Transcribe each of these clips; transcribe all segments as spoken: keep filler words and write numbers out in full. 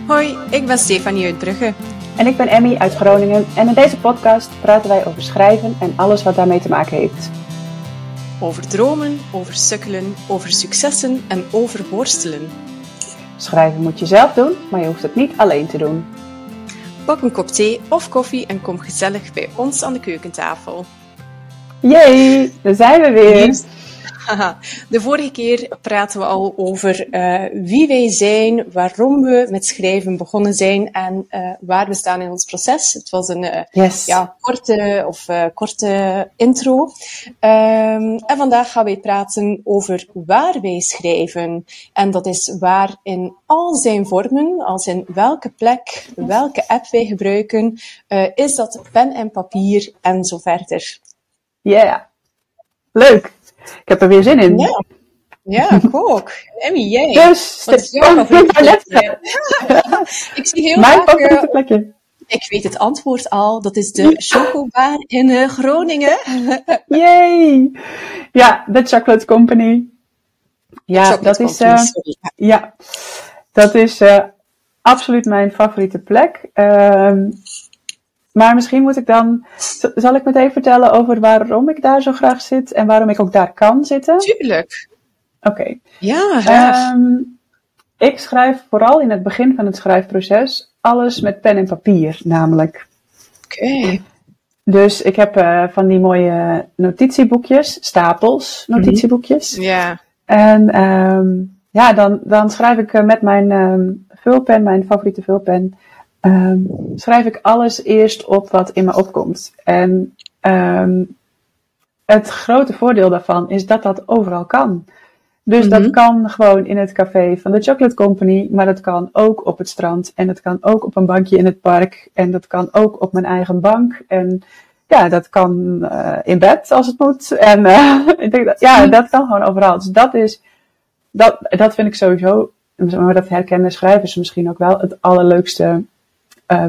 Hoi, ik ben Stefanie uit Brugge. En ik ben Emmy uit Groningen en in deze podcast praten wij over schrijven en alles wat daarmee te maken heeft. Over dromen, over sukkelen, over successen en over worstelen. Schrijven moet je zelf doen, maar je hoeft het niet alleen te doen. Pak een kop thee of koffie en kom gezellig bij ons aan de keukentafel. Yay, daar zijn we weer! Yes. De vorige keer praten we al over uh, wie wij zijn, waarom we met schrijven begonnen zijn en uh, waar we staan in ons proces. Het was een uh, yes. ja, korte, of, uh, korte intro. Um, en vandaag gaan wij praten over waar wij schrijven. En dat is waar in al zijn vormen, als in welke plek, welke app wij gebruiken. Uh, is dat pen en papier en zo verder. Ja, yeah. Leuk! Ik heb er weer zin in. Ja, ja ik ook. Emmy, jij? Dus, wat is jouw favoriete plekje? Ik zie heel Mijn vaak... favoriete plekje. Ik weet het antwoord al. Dat is de Chocobar in uh, Groningen. Yay! Ja, de Chocolate Company. Ja, Chocolate dat is... Company, Uh, sorry. ja, dat is uh, absoluut mijn favoriete plek. Uh, Maar misschien moet ik dan... Zal ik meteen vertellen over waarom ik daar zo graag zit en waarom ik ook daar kan zitten? Tuurlijk. Oké. Okay. Ja, graag. Um, ik schrijf vooral in het begin van het schrijfproces alles met pen en papier, namelijk. Oké. Okay. Dus ik heb uh, van die mooie notitieboekjes, stapels notitieboekjes. Ja. Mm-hmm. Yeah. En um, ja, dan, dan schrijf ik uh, met mijn um, vulpen, mijn favoriete vulpen... Um, schrijf ik alles eerst op wat in me opkomt. En um, het grote voordeel daarvan is dat dat overal kan. Dus mm-hmm. dat kan gewoon in het café van de Chocolate Company, maar dat kan ook op het strand en dat kan ook op een bankje in het park en dat kan ook op mijn eigen bank en ja, dat kan uh, in bed als het moet. En uh, ik denk dat, ja, dat kan gewoon overal. Dus dat is, dat, dat vind ik sowieso, maar dat herkennen schrijvers misschien ook wel, het allerleukste. Uh,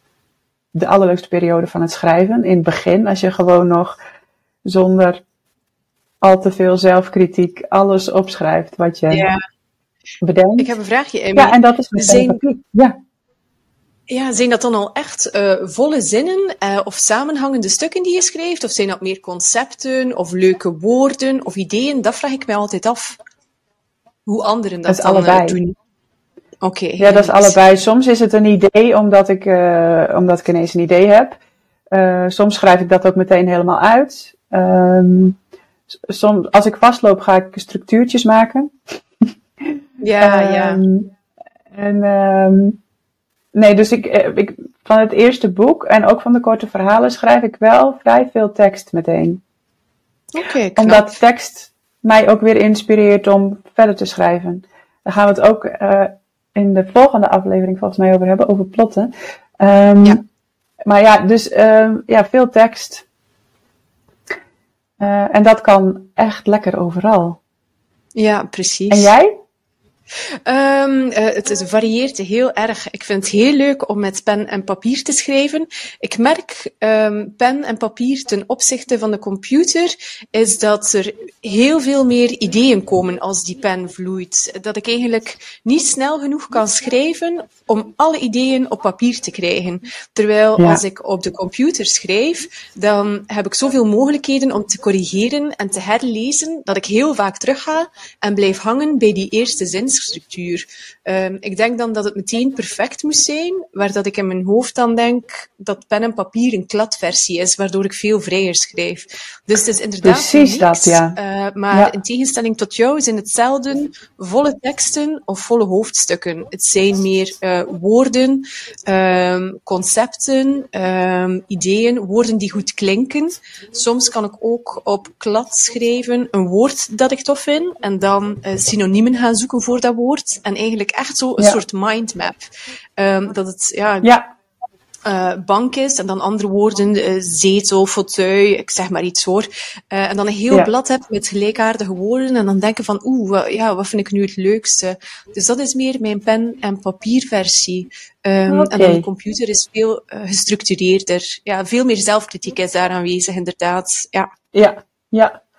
de allerleukste periode van het schrijven. In het begin, als je gewoon nog zonder al te veel zelfkritiek alles opschrijft wat je ja. bedenkt. Ik heb een vraagje, Emmy. Ja, en dat is met zijn, ja. ja, zijn dat dan al echt uh, volle zinnen uh, of samenhangende stukken die je schrijft? Of zijn dat meer concepten of leuke woorden of ideeën? Dat vraag ik mij altijd af. Hoe anderen dat, dat dan allebei. Uh, doen. Oké. Okay, ja, dat is allebei. Soms is het een idee omdat ik, uh, omdat ik ineens een idee heb. Uh, soms schrijf ik dat ook meteen helemaal uit. Um, soms, als ik vastloop ga ik structuurtjes maken. Ja, um, ja. En, um, nee, dus ik, ik, van het eerste boek en ook van de korte verhalen schrijf ik wel vrij veel tekst meteen. Oké, okay, omdat tekst mij ook weer inspireert om verder te schrijven. Daar gaan we het ook... Uh, in de volgende aflevering volgens mij over hebben, over plotten. Um, ja. Maar ja, dus um, ja, veel tekst. Uh, en dat kan echt lekker overal. Ja, precies. En jij? Um, uh, het, het varieert heel erg. Ik vind het heel leuk om met pen en papier te schrijven. Ik merk um, pen en papier ten opzichte van de computer is dat er heel veel meer ideeën komen als die pen vloeit. Dat ik eigenlijk niet snel genoeg kan schrijven om alle ideeën op papier te krijgen. Terwijl ja. als ik op de computer schrijf, dan heb ik zoveel mogelijkheden om te corrigeren en te herlezen dat ik heel vaak terugga en blijf hangen bij die eerste zin. Structuur. Um, ik denk dan dat het meteen perfect moest zijn, waar dat ik in mijn hoofd dan denk dat pen en papier een kladversie is, waardoor ik veel vrijer schrijf. Dus het is inderdaad precies niks, dat, ja. Uh, maar ja. in tegenstelling tot jou zijn het zelden volle teksten of volle hoofdstukken. Het zijn meer uh, woorden, um, concepten, um, ideeën, woorden die goed klinken. Soms kan ik ook op klad schrijven een woord dat ik tof vind en dan uh, synoniemen gaan zoeken voor dat woord. En eigenlijk echt zo een ja. soort mindmap. Um, dat het, ja... ja. Uh, bank is, en dan andere woorden, uh, zetel, fauteuil, ik zeg maar iets hoor. Uh, en dan een heel ja. blad heb met gelijkaardige woorden, en dan denken van, oeh, wa, ja, wat vind ik nu het leukste? Dus dat is meer mijn pen- en papierversie. Um, okay. En dan de computer is veel uh, gestructureerder. Ja, veel meer zelfkritiek is daar aanwezig, inderdaad. Ja, ja. ja.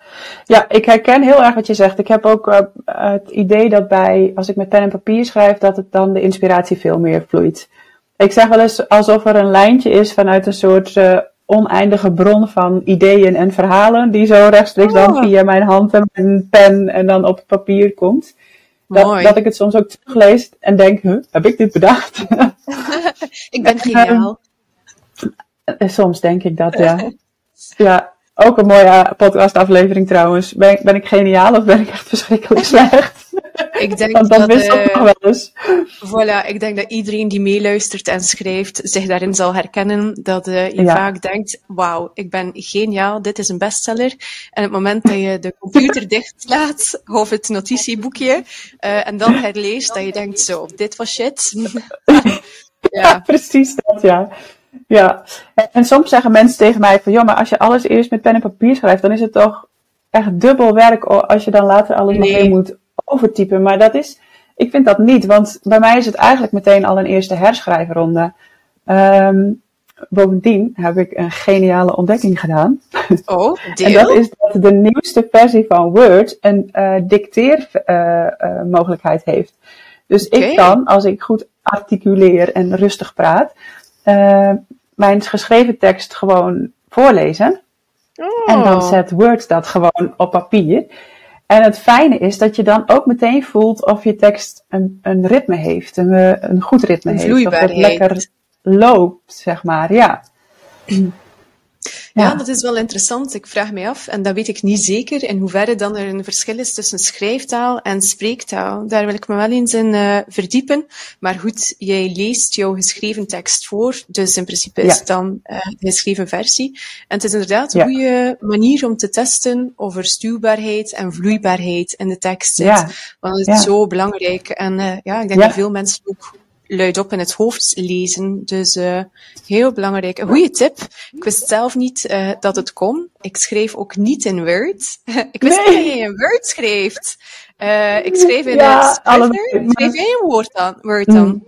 Ja, ik herken heel erg wat je zegt. Ik heb ook uh, het idee dat bij, als ik met pen en papier schrijf, dat het dan de inspiratie veel meer vloeit. Ik zeg wel eens alsof er een lijntje is vanuit een soort uh, oneindige bron van ideeën en verhalen, die zo rechtstreeks oh. dan via mijn hand en mijn pen en dan op het papier komt. Dat, dat ik het soms ook teruglees en denk, huh, heb ik dit bedacht? Ik ben geniaal. Uh, soms denk ik dat, ja. Ja. Ook een mooie podcastaflevering trouwens. Ben ik, ben ik geniaal of ben ik echt verschrikkelijk slecht? Ik denk Want dat, dat wisselt uh, nog wel eens. Voilà, ik denk dat iedereen die meeluistert en schrijft zich daarin zal herkennen. Dat uh, je ja. vaak denkt, wauw, ik ben geniaal, dit is een bestseller. En op het moment dat je de computer dichtslaat, of het notitieboekje, uh, en dan herleest, dat je denkt, zo, dit was shit. ja. ja, precies dat, ja. Ja, en, en soms zeggen mensen tegen mij van, joh, maar als je alles eerst met pen en papier schrijft, dan is het toch echt dubbel werk als je dan later alles nee. nog weer moet overtypen. Maar dat is, ik vind dat niet, want bij mij is het eigenlijk meteen al een eerste herschrijfronde. Um, bovendien heb ik een geniale ontdekking gedaan. Oh, deel. En dat is dat de nieuwste versie van Word een uh, dicteermogelijkheid uh, uh, heeft. Dus okay. ik kan, als ik goed articuleer en rustig praat, Uh, mijn geschreven tekst gewoon voorlezen. Oh. En dan zet Word dat gewoon op papier. En het fijne is dat je dan ook meteen voelt of je tekst een, een ritme heeft. Een, een goed ritme een heeft. Of het lekker loopt, zeg maar. Ja. Ja, ja, dat is wel interessant. Ik vraag mij af, en dat weet ik niet zeker, in hoeverre dan er een verschil is tussen schrijftaal en spreektaal. Daar wil ik me wel eens in uh, verdiepen. Maar goed, jij leest jouw geschreven tekst voor, dus in principe is ja. het dan uh, de geschreven versie. En het is inderdaad een ja. goede manier om te testen over stuwbaarheid en vloeibaarheid in de tekst zit. Ja. Want dat is ja. zo belangrijk. En uh, ja, ik denk ja. dat veel mensen ook luidop in het hoofd lezen. Dus uh, heel belangrijk. Een goede tip. Ik wist zelf niet uh, dat het kon. Ik schreef ook niet in Word. Ik wist nee. niet dat je in Word schreef. Uh, ik schreef in ja, het Scrivener. Schreef jij een Word dan? Word dan? Mm.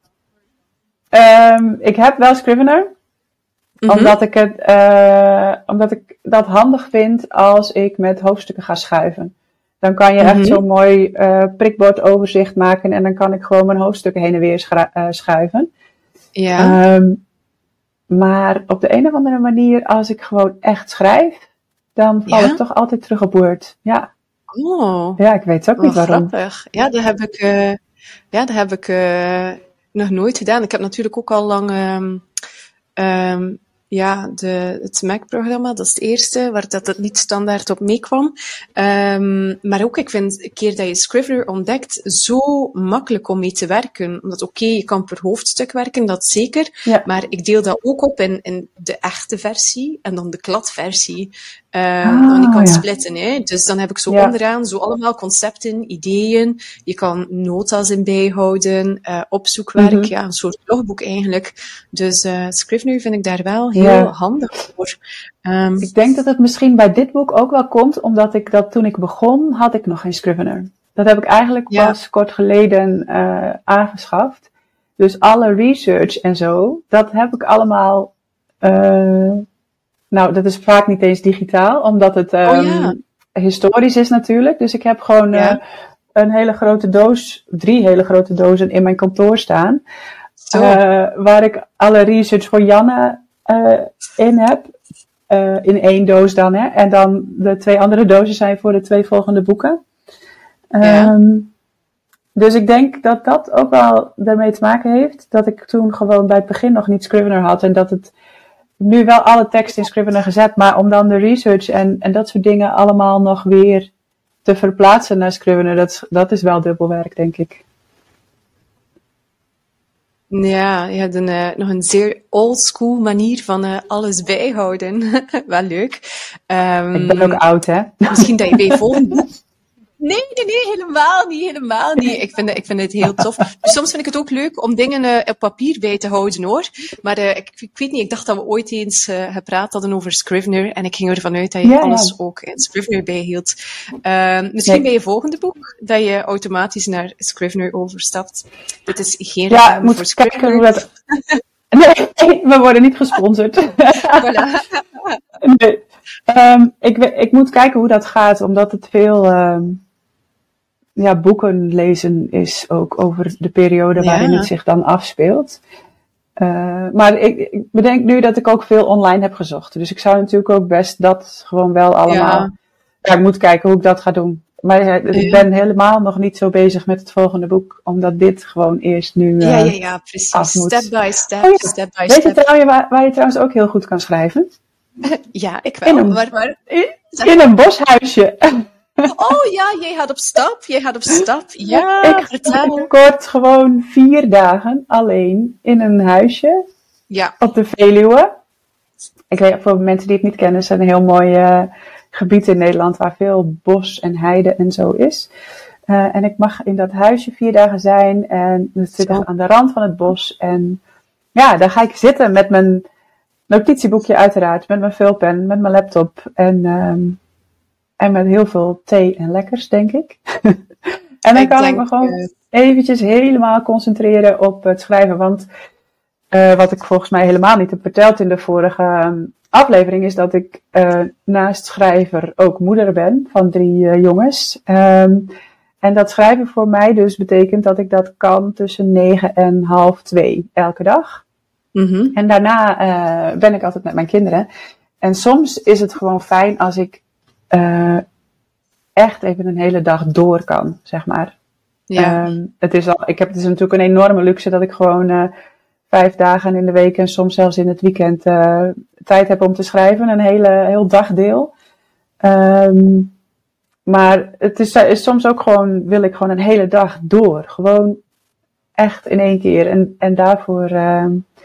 Um, ik heb wel Scrivener. Mm-hmm. Omdat ik het, uh, omdat ik dat handig vind als ik met hoofdstukken ga schuiven. Dan kan je mm-hmm. echt zo'n mooi uh, prikbordoverzicht maken en dan kan ik gewoon mijn hoofdstukken heen en weer schu- uh, schuiven. Ja. Um, maar op de een of andere manier, als ik gewoon echt schrijf, dan val ja? ik toch altijd terug op Word. Ja. Oh. Ja, ik weet ook oh, niet waarom. Grappig. Ja, dat heb ik, uh, ja, dat heb ik uh, nog nooit gedaan. Ik heb natuurlijk ook al lang um, um, ja, de, het Mac-programma, dat is het eerste, waar dat het niet standaard op meekwam. Um, maar ook, ik vind, een keer dat je Scrivener ontdekt, zo makkelijk om mee te werken. Omdat, oké, okay, je kan per hoofdstuk werken, dat zeker. Ja. Maar ik deel dat ook op in, in de echte versie en dan de kladversie. Um, ah, dan ik kan ja. splitten, hè. Dus dan heb ik zo ja. onderaan zo allemaal concepten, ideeën. Je kan nota's in bijhouden, uh, opzoekwerk, mm-hmm. ja, een soort logboek eigenlijk. Dus uh, Scrivener vind ik daar wel heel ja. handig voor. Um, ik denk dat het misschien bij dit boek ook wel komt, omdat ik dat toen ik begon, had ik nog geen Scrivener. Dat heb ik eigenlijk ja. pas kort geleden uh, aangeschaft. Dus alle research en zo, dat heb ik allemaal... Uh, Nou, dat is vaak niet eens digitaal, omdat het um, oh, ja. historisch is natuurlijk. Dus ik heb gewoon ja. uh, een hele grote doos, drie hele grote dozen in mijn kantoor staan. Uh, waar ik alle research voor Janne uh, in heb. Uh, in één doos dan, hè. En dan de twee andere dozen zijn voor de twee volgende boeken. Ja. Um, dus ik denk dat dat ook wel daarmee te maken heeft. Dat ik toen gewoon bij het begin nog niet Scrivener had. En dat het... nu wel alle tekst in Scrivener gezet, maar om dan de research en, en dat soort dingen allemaal nog weer te verplaatsen naar Scrivener, dat, dat is wel dubbel werk, denk ik. Ja, je hebt een, uh, nog een zeer oldschool manier van uh, alles bijhouden. Wel leuk. Um, ik ben ook oud, hè? Misschien dat je bij volgende... Nee, nee, nee, helemaal niet, helemaal niet. Ik vind, ik vind het heel tof. Dus soms vind ik het ook leuk om dingen uh, op papier bij te houden, hoor. Maar uh, ik, ik weet niet, ik dacht dat we ooit eens uh, gepraat hadden over Scrivener. En ik ging ervan uit dat je ja, alles ja. ook in Scrivener bijhield. Uh, misschien nee. bij je volgende boek, dat je automatisch naar Scrivener overstapt. Dit is geen ja, reclame moet voor Scrivener. Kijken hoe dat... Nee, we worden niet gesponsord. Voilà. Nee. Um, ik, ik moet kijken hoe dat gaat, omdat het veel um, ja, boeken lezen is ook over de periode waarin ja. het zich dan afspeelt. Uh, maar ik, ik bedenk nu dat ik ook veel online heb gezocht. Dus ik zou natuurlijk ook best dat gewoon wel allemaal... Ja. Ja, ik moet kijken hoe ik dat ga doen. Maar ja, ik ben helemaal nog niet zo bezig met het volgende boek, omdat dit gewoon eerst nu uh, ja, ja, ja, precies. af moet. Step by step, oh, ja. step by Weet step. je trouwens, waar, waar je trouwens ook heel goed kan schrijven? Ja, ik wel. In een, waar, waar? In, in een boshuisje. Oh ja, jij gaat op stap, jij gaat op stap. Ja, ik vertel. Kort gewoon vier dagen alleen in een huisje ja. op de Veluwe. Ik weet, voor mensen die het niet kennen, is het een heel mooi uh, gebied in Nederland waar veel bos en heide en zo is. Uh, en ik mag in dat huisje vier dagen zijn en dan zit ik aan de rand van het bos. En ja, daar ga ik zitten met mijn notitieboekje uiteraard, met mijn vulpen, met mijn laptop en... Um, En met heel veel thee en lekkers, denk ik. En dan ik kan denk, ik me gewoon uh... eventjes helemaal concentreren op het schrijven. Want uh, wat ik volgens mij helemaal niet heb verteld in de vorige um, aflevering... is dat ik uh, naast schrijver ook moeder ben van drie uh, jongens. Um, en dat schrijven voor mij dus betekent dat ik dat kan tussen negen en half twee elke dag. Mm-hmm. En daarna uh, ben ik altijd met mijn kinderen. En soms is het gewoon fijn als ik... Uh, echt even een hele dag door kan, zeg maar. Ja. Um, het is al, ik heb het is natuurlijk een enorme luxe dat ik gewoon uh, vijf dagen in de week en soms zelfs in het weekend uh, tijd heb om te schrijven, een hele heel dagdeel. Um, maar het is, is soms ook gewoon, wil ik gewoon een hele dag door, gewoon echt in één keer. En, en daarvoor uh,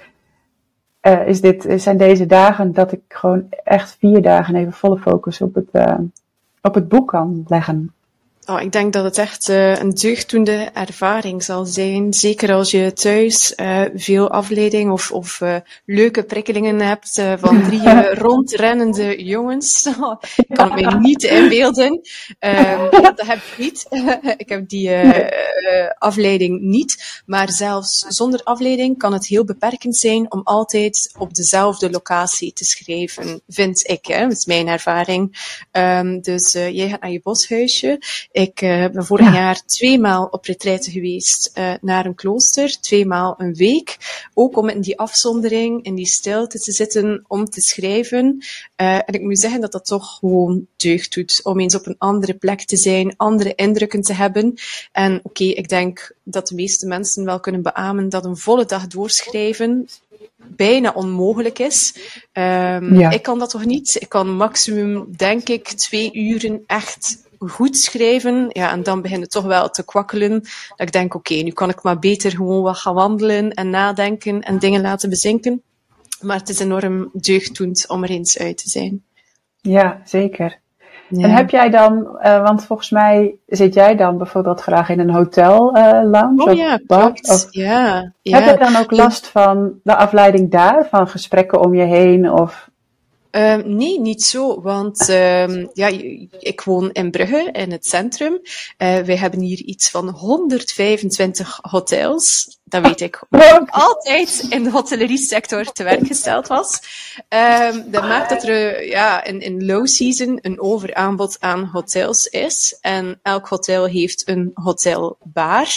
uh, is dit, zijn deze dagen dat ik gewoon echt vier dagen even volle focus op het, uh, op het boek kan leggen. Oh, ik denk dat het echt uh, een deugddoende ervaring zal zijn. Zeker als je thuis uh, veel afleiding of, of uh, leuke prikkelingen hebt uh, van drie uh, rondrennende jongens. Oh, ik kan het mij niet inbeelden. Uh, dat heb ik niet. Ik heb die uh, uh, afleiding niet. Maar zelfs zonder afleiding kan het heel beperkend zijn om altijd op dezelfde locatie te schrijven, vind ik. Hè? Dat is mijn ervaring. Um, dus uh, jij gaat naar je boshuisje. Ik uh, ben vorig ja. jaar tweemaal op retraite geweest uh, naar een klooster, tweemaal een week. Ook om in die afzondering, in die stilte te zitten, om te schrijven. Uh, en ik moet zeggen dat dat toch gewoon deugd doet, om eens op een andere plek te zijn, andere indrukken te hebben. En oké, okay, ik denk dat de meeste mensen wel kunnen beamen dat een volle dag doorschrijven bijna onmogelijk is. Um, ja. Ik kan dat toch niet? Ik kan maximum, denk ik, twee uren echt goed schrijven, ja, en dan begint het toch wel te kwakkelen. Dat ik denk, oké, okay, nu kan ik maar beter gewoon wat gaan wandelen en nadenken en dingen laten bezinken. Maar het is enorm deugddoend om er eens uit te zijn. Ja, zeker. Ja. En heb jij dan, uh, want volgens mij zit jij dan bijvoorbeeld graag in een hotel uh, lounge? Oh ja, klopt. Of, ja, ja. Heb je dan ook last van de afleiding daar, van gesprekken om je heen of... Uh, nee, niet zo, want uh, ja, ik woon in Brugge, in het centrum. Uh, wij hebben hier iets van honderdvijfentwintig hotels. Dat weet ik, omdat ik altijd in de hotelleriesector te werk gesteld was. Uh, dat maakt dat er uh, ja, in, in low season een overaanbod aan hotels is. En elk hotel heeft een hotelbar.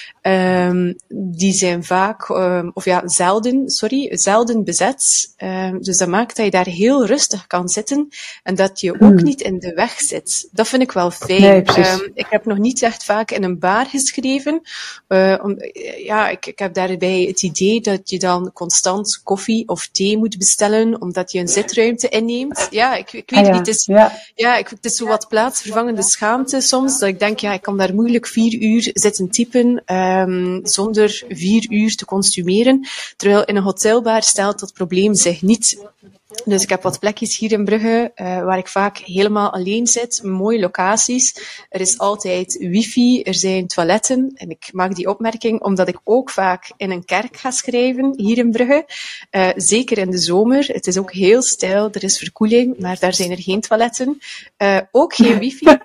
Um, die zijn vaak, um, of ja, zelden, sorry, zelden bezet. Um, dus dat maakt dat je daar heel rustig kan zitten en dat je ook niet in de weg zit. Dat vind ik wel fijn. Nee, um, ik heb nog niet echt vaak in een bar geschreven. Uh, om, ja, ik, ik heb daarbij het idee dat je dan constant koffie of thee moet bestellen, omdat je een zitruimte inneemt. Ja, ik, ik weet ah, ja. niet. Het is, ja. Ja, ik, het is zo wat plaatsvervangende schaamte soms, dat ik denk, ja, ik kan daar moeilijk vier uur zitten typen. Uh, Um, zonder vier uur te consumeren. Terwijl in een hotelbar stelt dat probleem zich niet. Dus ik heb wat plekjes hier in Brugge, uh, waar ik vaak helemaal alleen zit. Mooie locaties. Er is altijd wifi, er zijn toiletten. En ik maak die opmerking omdat ik ook vaak in een kerk ga schrijven, hier in Brugge. Uh, zeker in de zomer. Het is ook heel stijl, er is verkoeling, maar daar zijn er geen toiletten. Uh, ook geen wifi.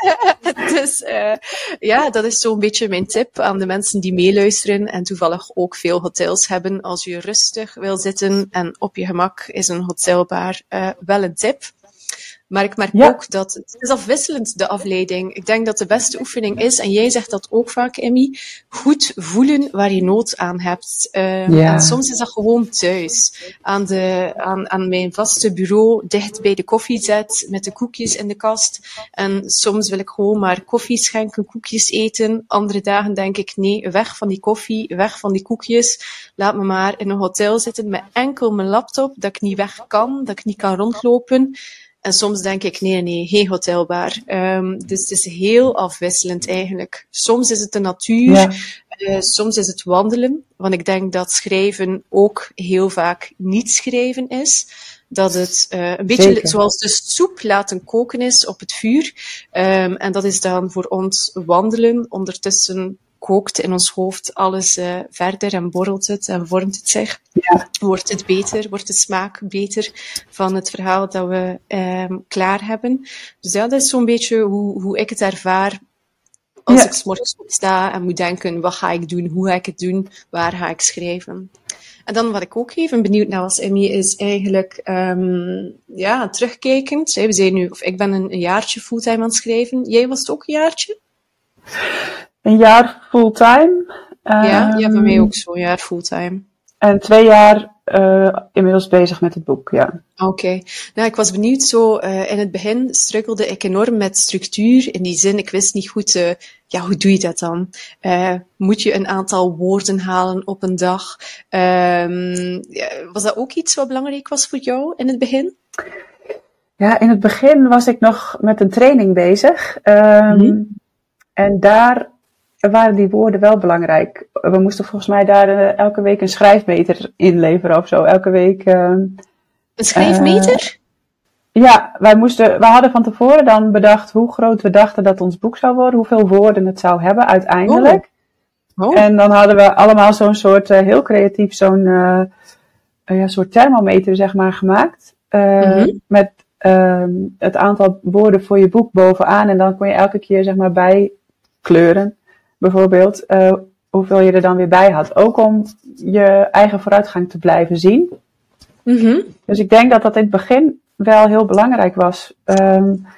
Dus uh, ja, dat is zo'n beetje mijn tip aan de mensen die meeluisteren en toevallig ook veel hotels hebben. Als je rustig wil zitten en op je gemak is een hotelbar uh, wel een tip. Maar ik merk Ja. ook dat het is afwisselend, de afleiding. Ik denk dat de beste oefening is, en jij zegt dat ook vaak, Emmy, goed voelen waar je nood aan hebt. Um, Ja. En soms is dat gewoon thuis. Aan, de, aan, aan mijn vaste bureau, dicht bij de koffiezet, met de koekjes in de kast. En soms wil ik gewoon maar koffie schenken, koekjes eten. Andere dagen denk ik, nee, weg van die koffie, weg van die koekjes. Laat me maar in een hotel zitten met enkel mijn laptop, dat ik niet weg kan, dat ik niet kan rondlopen. En soms denk ik, nee, nee, geen hotelbar. Um, dus het is heel afwisselend eigenlijk. Soms is het de natuur, Ja. uh, soms is het wandelen. Want ik denk dat schrijven ook heel vaak niet schrijven is. Dat het uh, een beetje Zeker. zoals de soep laten koken is op het vuur. Um, en dat is dan voor ons wandelen. Ondertussen kookt in ons hoofd alles uh, verder en borrelt het en vormt het zich. Ja. Wordt het beter, wordt de smaak beter van het verhaal dat we um, klaar hebben. Dus ja, dat is zo'n beetje hoe, hoe ik het ervaar als Ja. ik 's morgens opsta en moet denken, wat ga ik doen, hoe ga ik het doen, waar ga ik schrijven. En dan wat ik ook even benieuwd naar was, Emmy, is eigenlijk um, ja, terugkijkend. We zijn nu, of ik ben een, een jaartje fulltime aan het schrijven. Jij was het ook een jaartje? Een jaar fulltime. Ja, Um, ja, bij mij ook zo, een jaar fulltime. En twee jaar uh, inmiddels bezig met het boek, ja. Oké. Okay. Nou, ik was benieuwd, zo uh, in het begin struggelde ik enorm met structuur. In die zin, ik wist niet goed, uh, ja, hoe doe je dat dan? Uh, moet je een aantal woorden halen op een dag? Um, ja, was dat ook iets wat belangrijk was voor jou in het begin? Ja, in het begin was ik nog met een training bezig. Um, mm-hmm. En daar waren die woorden wel belangrijk. We moesten volgens mij daar uh, elke week een schrijfmeter inleveren of zo. Elke week... Uh, een schrijfmeter? Uh, ja, wij moesten, wij hadden van tevoren dan bedacht hoe groot we dachten dat ons boek zou worden. Hoeveel woorden het zou hebben uiteindelijk. Oh. Oh. En dan hadden we allemaal zo'n soort, uh, heel creatief, zo'n uh, uh, ja, soort thermometer zeg maar gemaakt. Uh, mm-hmm. Met uh, het aantal woorden voor je boek bovenaan. En dan kon je elke keer zeg maar bij kleuren. Bijvoorbeeld, uh, hoeveel je er dan weer bij had. Ook om je eigen vooruitgang te blijven zien. Mm-hmm. Dus ik denk dat dat in het begin wel heel belangrijk was. Um,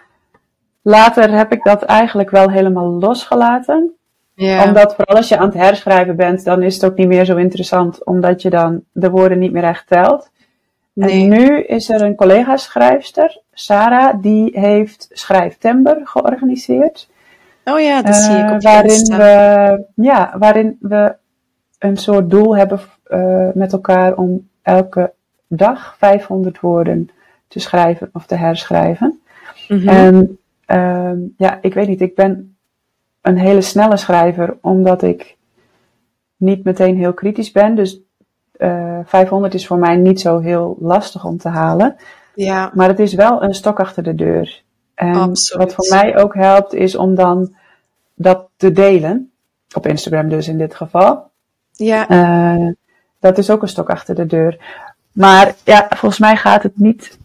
later heb ik dat eigenlijk wel helemaal losgelaten. Yeah. Omdat vooral als je aan het herschrijven bent, dan is het ook niet meer zo interessant. Omdat je dan de woorden niet meer echt telt. Nee. En nu is er een collega-schrijfster, Sarah, die heeft Schrijftember georganiseerd. Oh ja, dat uh, zie ik op je waarin we, ja, waarin we een soort doel hebben uh, met elkaar om elke dag vijfhonderd woorden te schrijven of te herschrijven. Mm-hmm. En uh, ja, ik weet niet, ik ben een hele snelle schrijver, omdat ik niet meteen heel kritisch ben. Dus uh, vijfhonderd is voor mij niet zo heel lastig om te halen. Ja. Maar het is wel een stok achter de deur. En Absoluut. Wat voor mij ook helpt, is om dan dat te delen. Op Instagram dus in dit geval. Ja. Uh, dat is ook een stok achter de deur. Maar ja, volgens mij gaat het niet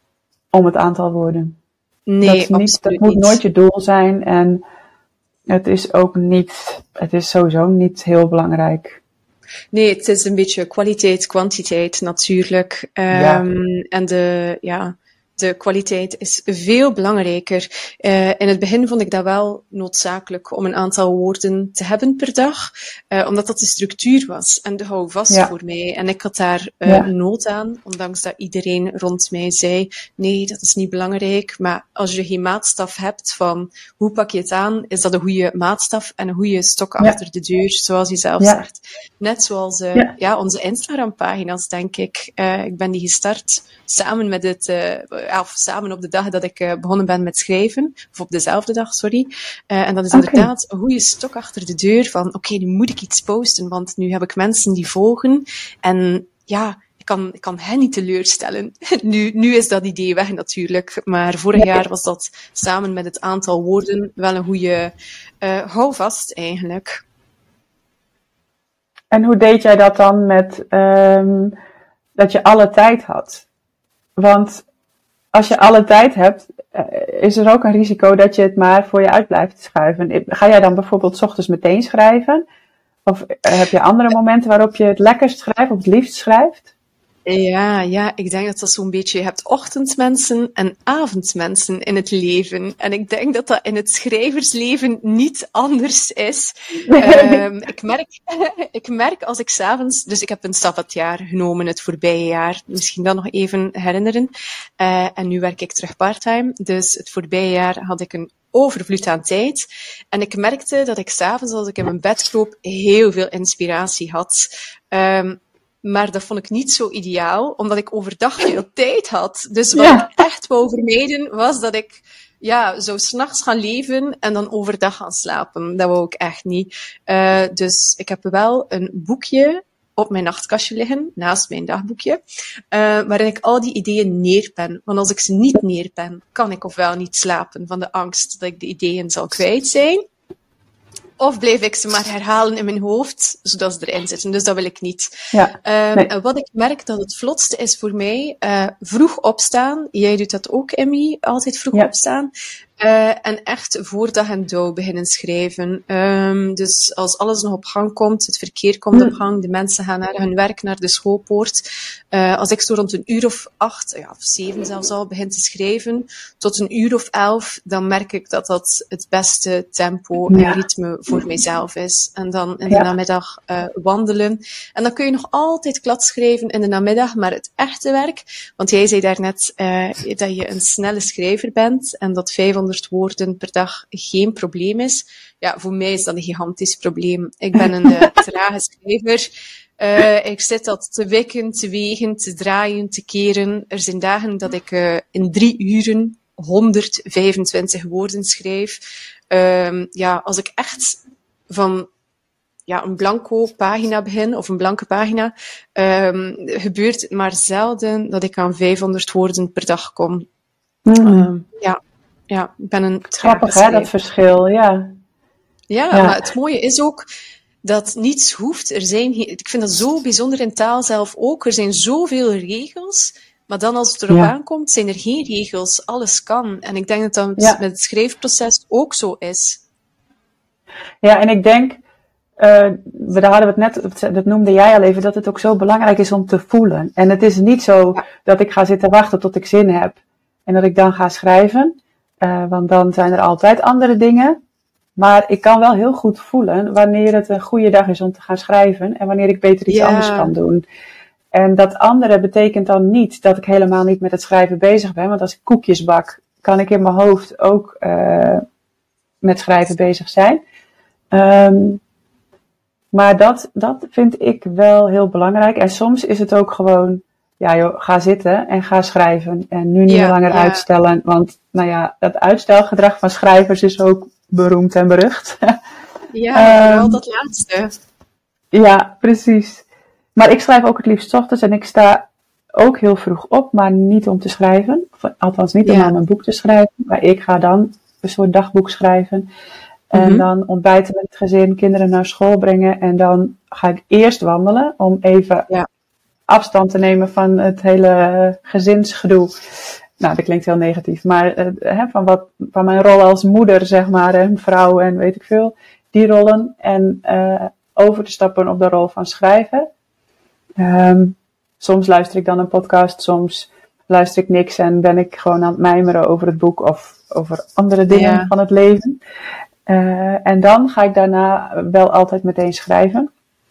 om het aantal woorden. Nee, dat, is niet, absoluut dat moet niet. nooit je doel zijn. En het is ook niet, het is sowieso niet heel belangrijk. Nee, het is een beetje kwaliteit, kwantiteit natuurlijk. Um, ja. En de, ja, de kwaliteit is veel belangrijker. Uh, in het begin vond ik dat wel noodzakelijk om een aantal woorden te hebben per dag, uh, omdat dat de structuur was en de houvast ja. voor mij. En ik had daar uh, ja. nood aan, ondanks dat iedereen rond mij zei, nee, dat is niet belangrijk. Maar als je geen maatstaf hebt van hoe pak je het aan, is dat een goede maatstaf en een goede stok ja. achter de deur, zoals je zelf ja. zegt. Net zoals uh, ja. Ja, onze Instagram-pagina's, denk ik. Uh, ik ben die gestart samen met het... Uh, Of samen op de dag dat ik uh, begonnen ben met schrijven. Of op dezelfde dag, sorry. Uh, en dat is okay. inderdaad een goede stok achter de deur van, oké, okay, nu moet ik iets posten, want nu heb ik mensen die volgen. En ja, ik kan, ik kan hen niet teleurstellen. nu, nu is dat idee weg natuurlijk. Maar vorig ja. jaar was dat samen met het aantal woorden wel een goede uh, houvast eigenlijk. En hoe deed jij dat dan met um, dat je alle tijd had? Want als je alle tijd hebt, is er ook een risico dat je het maar voor je uit blijft schuiven. Ga jij dan bijvoorbeeld 's ochtends meteen schrijven? Of heb je andere momenten waarop je het lekkerst schrijft, of het liefst schrijft? Ja, ja, ik denk dat dat zo'n beetje, je hebt ochtendmensen en avondmensen in het leven. En ik denk dat dat in het schrijversleven niet anders is. Um, ik merk, ik merk als ik 's avonds, dus ik heb een sabbatjaar genomen het voorbije jaar, misschien dat nog even herinneren. Uh, en nu werk ik terug parttime, dus het voorbije jaar had ik een overvloed aan tijd. En ik merkte dat ik 's avonds, als ik in mijn bed kroop, heel veel inspiratie had. Um, Maar dat vond ik niet zo ideaal, omdat ik overdag veel tijd had. Dus wat Ja. ik echt wou vermijden, was dat ik ja, zou 's nachts gaan leven en dan overdag gaan slapen. Dat wou ik echt niet. Uh, dus ik heb wel een boekje op mijn nachtkastje liggen, naast mijn dagboekje, uh, waarin ik al die ideeën neerpen. Want als ik ze niet neerpen, kan ik ofwel niet slapen van de angst dat ik de ideeën zal kwijt zijn. Of blijf ik ze maar herhalen in mijn hoofd, zodat ze erin zitten. Dus dat wil ik niet. Ja, um, nee. En wat ik merk dat het vlotste is voor mij, uh, vroeg opstaan. Jij doet dat ook, Emmy, altijd vroeg Ja. opstaan. Uh, en echt voor dag en dauw beginnen schrijven. Um, dus als alles nog op gang komt, het verkeer komt Hm. op gang, de mensen gaan naar hun werk, naar de schoolpoort. Uh, als ik zo rond een uur of acht, ja, of zeven zelfs al, begin te schrijven, tot een uur of elf, dan merk ik dat dat het beste tempo en Ja. ritme voor mijzelf is. En dan in Ja. de namiddag uh, wandelen. En dan kun je nog altijd klad schrijven in de namiddag, maar het echte werk, want jij zei daarnet uh, dat je een snelle schrijver bent en dat vijfhonderd woorden per dag geen probleem is. Ja, voor mij is dat een gigantisch probleem. Ik ben een uh, trage schrijver. Uh, ik zit dat te wikken, te wegen, te draaien, te keren. Er zijn dagen dat ik uh, in drie uren honderdvijfentwintig woorden schrijf. Uh, ja, als ik echt van ja, een blanco pagina begin, of een blanke pagina, um, gebeurt het maar zelden dat ik aan vijfhonderd woorden per dag kom. Mm. Um, ja, ja, ik ben een Grappig, hè, dat verschil, ja. Ja, Ja. maar het mooie is ook dat niets hoeft. Er zijn, ik vind dat zo bijzonder in taal zelf ook. Er zijn zoveel regels, maar dan als het erop Ja. aankomt, zijn er geen regels. Alles kan. En ik denk dat dat Ja. met het schrijfproces ook zo is. Ja, en ik denk, uh, we daar hadden we het net, dat noemde jij al even, dat het ook zo belangrijk is om te voelen. En het is niet zo Ja. dat ik ga zitten wachten tot ik zin heb en dat ik dan ga schrijven, uh, want dan zijn er altijd andere dingen. Maar ik kan wel heel goed voelen wanneer het een goede dag is om te gaan schrijven en wanneer ik beter iets Ja. anders kan doen. En dat andere betekent dan niet dat ik helemaal niet met het schrijven bezig ben, want als ik koekjes bak, kan ik in mijn hoofd ook uh, met schrijven bezig zijn. Um, maar dat, dat vind ik wel heel belangrijk. En soms is het ook gewoon, ja joh, ga zitten en ga schrijven. En nu niet Ja, langer ja. uitstellen. Want nou ja, dat uitstelgedrag van schrijvers is ook beroemd en berucht. Ja, vooral Um, dat laatste. Ja, precies. Maar ik schrijf ook het liefst 's ochtends en ik sta ook heel vroeg op, maar niet om te schrijven. Of, althans niet om Ja. aan mijn boek te schrijven. Maar ik ga dan een soort dagboek schrijven. En Mhm. dan ontbijten met het gezin, kinderen naar school brengen. En dan ga ik eerst wandelen om even Ja. afstand te nemen van het hele gezinsgedoe. Nou, dat klinkt heel negatief. Maar uh, hè, van, wat, van mijn rol als moeder, zeg maar, en vrouw en weet ik veel. Die rollen. En uh, over te stappen op de rol van schrijven. Um, soms luister ik dan een podcast, soms luister ik niks en ben ik gewoon aan het mijmeren over het boek of over andere dingen Ja. van het leven. Uh, en dan ga ik daarna wel altijd meteen schrijven.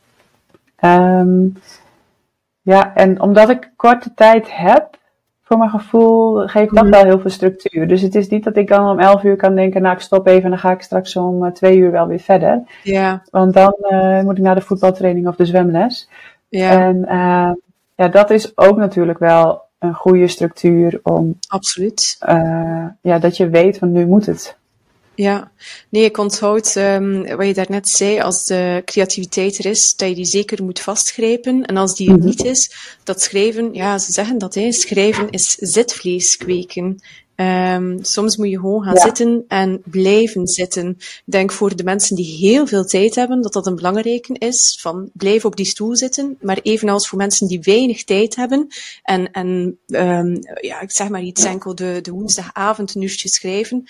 Um, ja, en omdat ik korte tijd heb, voor mijn gevoel, geeft dat Mhm. wel heel veel structuur. Dus het is niet dat ik dan om elf uur kan denken, nou ik stop even en dan ga ik straks om uh, twee uur wel weer verder. Ja. Want dan uh, moet ik naar de voetbaltraining of de zwemles. Ja, En uh, ja, dat is ook natuurlijk wel een goede structuur om, absoluut. uh, ja, dat je weet van nu moet het. Ja, nee, ik onthoud um, wat je daarnet zei, als de creativiteit er is, dat je die zeker moet vastgrijpen. En als die er Mhm. niet is, dat schrijven, ja, ze zeggen dat, hè, schrijven is zitvlees kweken. Um, soms moet je gewoon gaan Ja. zitten en blijven zitten. Ik denk voor de mensen die heel veel tijd hebben, dat dat een belangrijke is, van blijf op die stoel zitten. Maar evenals voor mensen die weinig tijd hebben, en, en um, ja, ik zeg maar iets, enkel de, de woensdagavond een uurtje schrijven,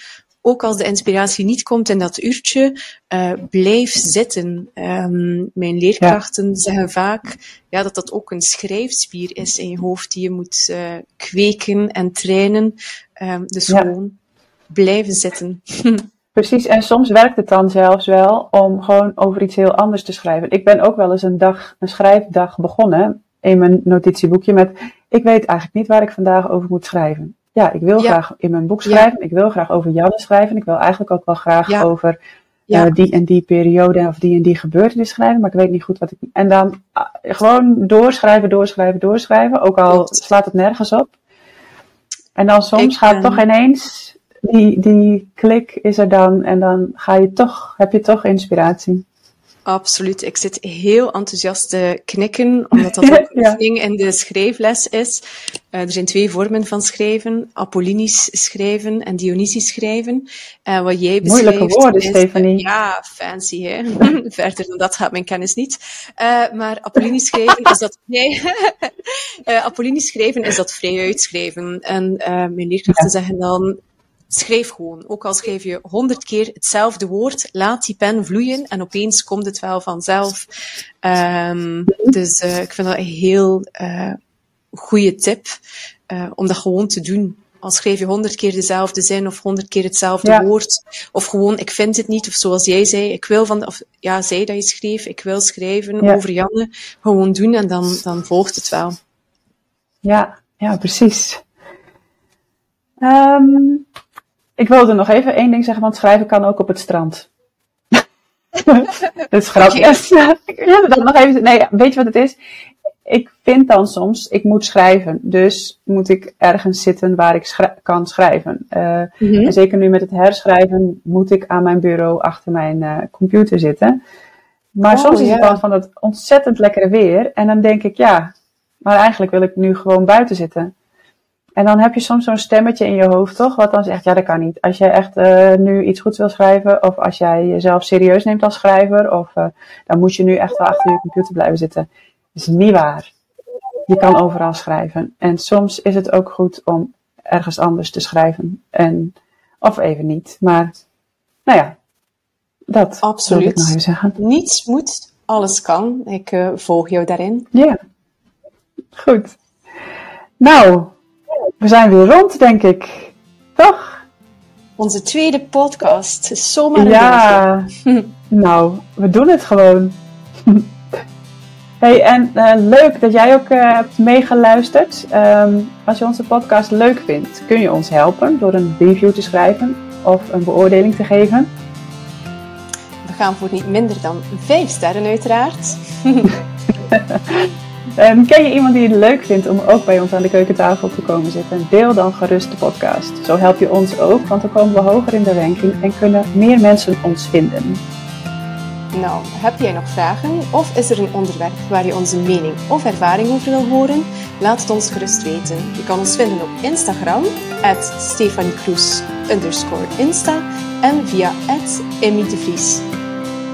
ook als de inspiratie niet komt in dat uurtje, uh, blijf zitten. Um, mijn leerkrachten ja. zeggen vaak ja, dat dat ook een schrijfspier is in je hoofd die je moet uh, kweken en trainen. Um, dus ja. gewoon blijven zitten. Precies, en soms werkt het dan zelfs wel om gewoon over iets heel anders te schrijven. Ik ben ook wel eens een dag, een schrijfdag begonnen in mijn notitieboekje met, ik weet eigenlijk niet waar ik vandaag over moet schrijven. Ja, ik wil ja. graag in mijn boek schrijven, ja. ik wil graag over Janne schrijven, ik wil eigenlijk ook wel graag ja. over ja. uh, die en die periode of die en die gebeurtenis schrijven, maar ik weet niet goed wat ik... En dan uh, gewoon doorschrijven, doorschrijven, doorschrijven, ook al Goed. slaat het nergens op. En dan soms ik, gaat het uh, toch ineens... Die, die klik is er dan en dan ga je toch, heb je toch inspiratie. Absoluut. Ik zit heel enthousiast te knikken, omdat dat ook een ding ja. in de schrijfles is. Uh, er zijn twee vormen van schrijven. Apollinisch schrijven en Dionysisch schrijven. En uh, wat jij beschrijft... Moeilijke woorden, is, Stefanie. Ja, fancy, hè. Verder dan dat gaat mijn kennis niet. Uh, maar Apollinisch schrijven is dat... Nee. uh, Apollinisch schrijven is dat vrij uitschrijven. En uh, mijn leerkrachten ja. zeggen dan... Schrijf gewoon. Ook al schrijf je honderd keer hetzelfde woord, laat die pen vloeien en opeens komt het wel vanzelf. Um, dus uh, ik vind dat een heel uh, goede tip uh, om dat gewoon te doen. Al schrijf je honderd keer dezelfde zin of honderd keer hetzelfde ja. woord. Of gewoon, ik vind het niet. Of zoals jij zei, ik wil van, of ja, zij dat je schreef, ik wil schrijven ja. over Janne. Gewoon doen en dan, dan volgt het wel. Ja, ja, precies. Um... Ik wilde nog even één ding zeggen, want schrijven kan ook op het strand. Dat is grappig. Okay. Ja, dat nog even. Nee, weet je wat het is? Ik vind dan soms, ik moet schrijven. Dus moet ik ergens zitten waar ik schri- kan schrijven. Uh, mm-hmm. En zeker nu met het herschrijven moet ik aan mijn bureau achter mijn uh, computer zitten. Maar oh, soms is ja. het dan van dat ontzettend lekkere weer. En dan denk ik, ja, maar eigenlijk wil ik nu gewoon buiten zitten. En dan heb je soms zo'n stemmetje in je hoofd, toch? Wat dan zegt, ja, dat kan niet. Als jij echt uh, nu iets goeds wil schrijven, of als jij jezelf serieus neemt als schrijver, of uh, dan moet je nu echt wel achter je computer blijven zitten. Dat is niet waar. Je kan overal schrijven. En soms is het ook goed om ergens anders te schrijven. En, of even niet. Maar, nou ja, dat Absoluut. wil ik nog even zeggen. Niets moet, alles kan. Ik uh, volg jou daarin. Ja, goed. Nou... We zijn weer rond, denk ik. Toch? Onze tweede podcast. Is zomaar een ja, nou, we doen het gewoon. Hey, en uh, leuk dat jij ook uh, hebt meegeluisterd. Um, als je onze podcast leuk vindt, kun je ons helpen door een review te schrijven of een beoordeling te geven. We gaan voor niet minder dan vijf sterren uiteraard. Um, ken je iemand die het leuk vindt om ook bij ons aan de keukentafel te komen zitten? Deel dan gerust de podcast. Zo help je ons ook, want dan komen we hoger in de ranking en kunnen meer mensen ons vinden. Nou, heb jij nog vragen? Of is er een onderwerp waar je onze mening of ervaring over wil horen? Laat het ons gerust weten. Je kan ons vinden op Instagram, at stefaniekroes underscore insta en via at Emmy de Vries.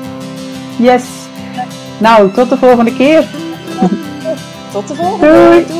Yes! Nou, tot de volgende keer! Tot de volgende. Doei.